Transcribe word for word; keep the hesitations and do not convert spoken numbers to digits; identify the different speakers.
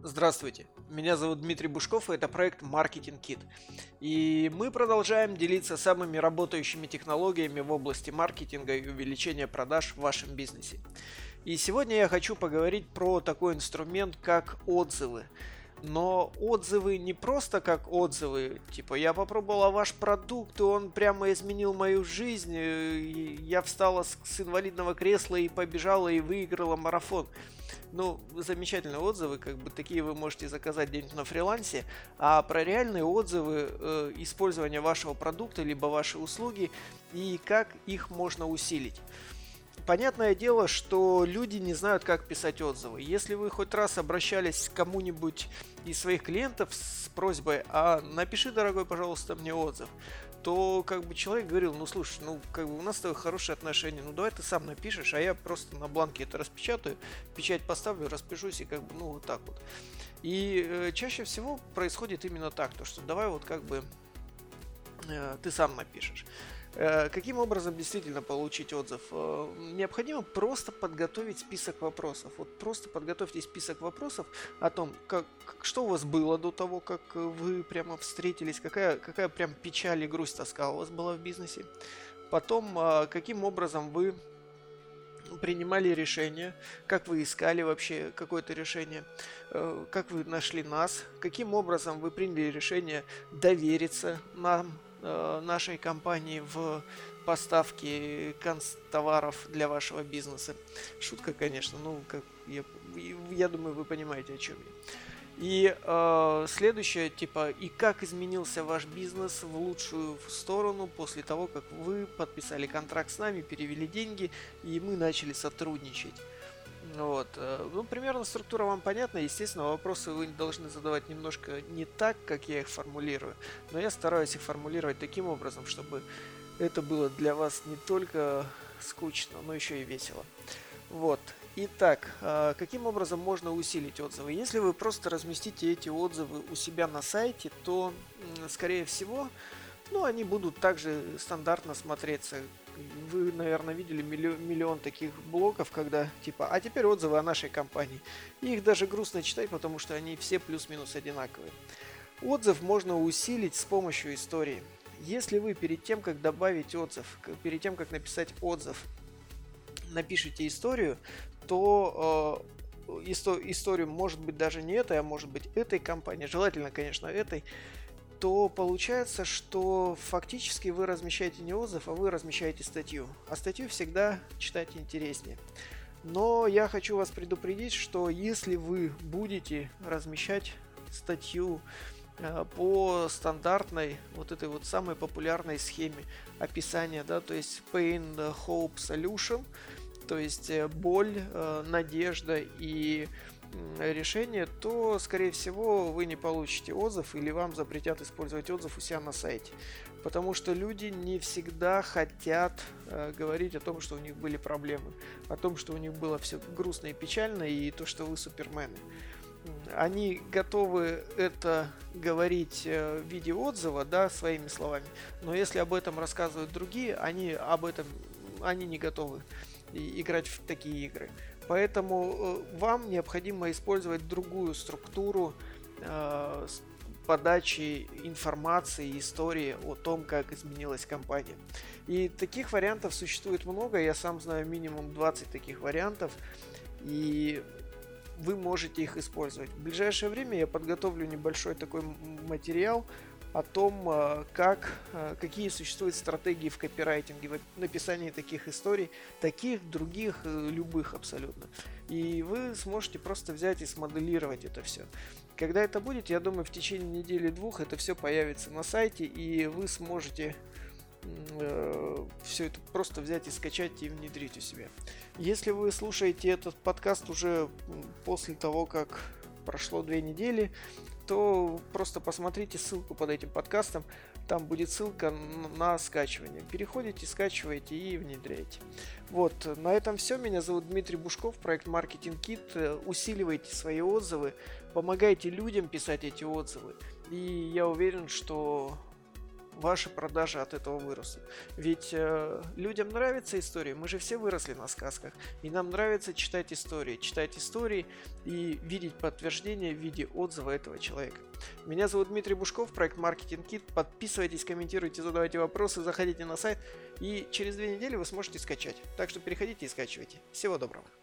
Speaker 1: Здравствуйте, меня зовут Дмитрий Бушков, и это проект Marketing Kit. И мы продолжаем делиться самыми работающими технологиями в области маркетинга и увеличения продаж в вашем бизнесе. И сегодня я хочу поговорить про такой инструмент, как отзывы. Но отзывы не просто как отзывы, типа я попробовала ваш продукт, и он прямо изменил мою жизнь, и я встала с, с инвалидного кресла и побежала и выиграла марафон. Ну, замечательные отзывы, как бы такие вы можете заказать где-нибудь на фрилансе, а про реальные отзывы э, использования вашего продукта либо вашей услуги и как их можно усилить. Понятное дело, что люди не знают, как писать отзывы. Если вы хоть раз обращались к кому-нибудь из своих клиентов с просьбой, а напиши, дорогой, пожалуйста, мне отзыв, то как бы человек говорил, ну слушай, ну как бы у нас с тобой хорошие отношения, ну давай ты сам напишешь, а я просто на бланке это распечатаю, печать поставлю, распишусь и как бы, ну вот так вот. И э, чаще всего происходит именно так, то что давай вот как бы э, ты сам напишешь. Каким образом действительно получить отзыв? Необходимо просто подготовить список вопросов. Вот просто подготовьте список вопросов о том, как, что у вас было до того, как вы прямо встретились, какая, какая прям печаль и грусть, тоска у вас была в бизнесе. Потом, каким образом вы принимали решение, как вы искали вообще какое-то решение, как вы нашли нас, каким образом вы приняли решение довериться нам, нашей компании в поставке констоваров для вашего бизнеса. Шутка, конечно, ну, как я, я думаю, вы понимаете, о чем я. И э, следующее, типа, и как изменился ваш бизнес в лучшую сторону после того, как вы подписали контракт с нами, перевели деньги, и мы начали сотрудничать. Вот. Ну, примерно структура вам понятна. Естественно, вопросы вы должны задавать немножко не так, как я их формулирую, но я стараюсь их формулировать таким образом, чтобы это было для вас не только скучно, но еще и весело. Вот. Итак, каким образом можно усилить отзывы? Если вы просто разместите эти отзывы у себя на сайте, то, скорее всего, ну, они будут также стандартно смотреться. Вы, наверное, видели миллион, миллион таких блогов, когда типа, а теперь отзывы о нашей компании. И их даже грустно читать, потому что они все плюс-минус одинаковые. Отзыв можно усилить с помощью истории. Если вы перед тем, как добавить отзыв, перед тем, как написать отзыв, напишите историю, то э, исто- историю может быть даже не этой, а может быть этой компании, желательно, конечно, этой, то получается, что фактически вы размещаете не отзыв, а вы размещаете статью. А статью всегда читать интереснее. Но я хочу вас предупредить, что если вы будете размещать статью э, по стандартной, вот этой вот самой популярной схеме описания, да, то есть Pain, Hope, Solution, то есть боль, э, надежда и решение, то, скорее всего, вы не получите отзыв или вам запретят использовать отзыв у себя на сайте. Потому что люди не всегда хотят э, говорить о том, что у них были проблемы, о том, что у них было все грустно и печально, и то, что вы супермены. Они готовы это говорить в виде отзыва, да, своими словами, но если об этом рассказывают другие, они об этом они не готовы играть в такие игры. Поэтому э, вам необходимо использовать другую структуру э, подачи информации, истории о том, как изменилась компания. И таких вариантов существует много, я сам знаю минимум двадцать таких вариантов, и вы можете их использовать. В ближайшее время я подготовлю небольшой такой материал о том, как, какие существуют стратегии в копирайтинге, в написании таких историй, таких, других, любых абсолютно. И вы сможете просто взять и смоделировать это все. Когда это будет, я думаю, в течение недели-двух это все появится на сайте, и вы сможете э, все это просто взять и скачать и внедрить у себя. Если вы слушаете этот подкаст уже после того, как прошло две недели, то просто посмотрите ссылку под этим подкастом, там будет ссылка на скачивание. Переходите, скачиваете и внедряете. Вот, на этом все. Меня зовут Дмитрий Бушков, проект Marketing Kit. Усиливайте свои отзывы, помогайте людям писать эти отзывы. И я уверен, что ваши продажи от этого вырастут. Ведь э, людям нравятся истории, мы же все выросли на сказках, и нам нравится читать истории, читать истории и видеть подтверждение в виде отзыва этого человека. Меня зовут Дмитрий Бушков, проект Marketing Kit. Подписывайтесь, комментируйте, задавайте вопросы, заходите на сайт, и через две недели вы сможете скачать. Так что переходите и скачивайте. Всего доброго.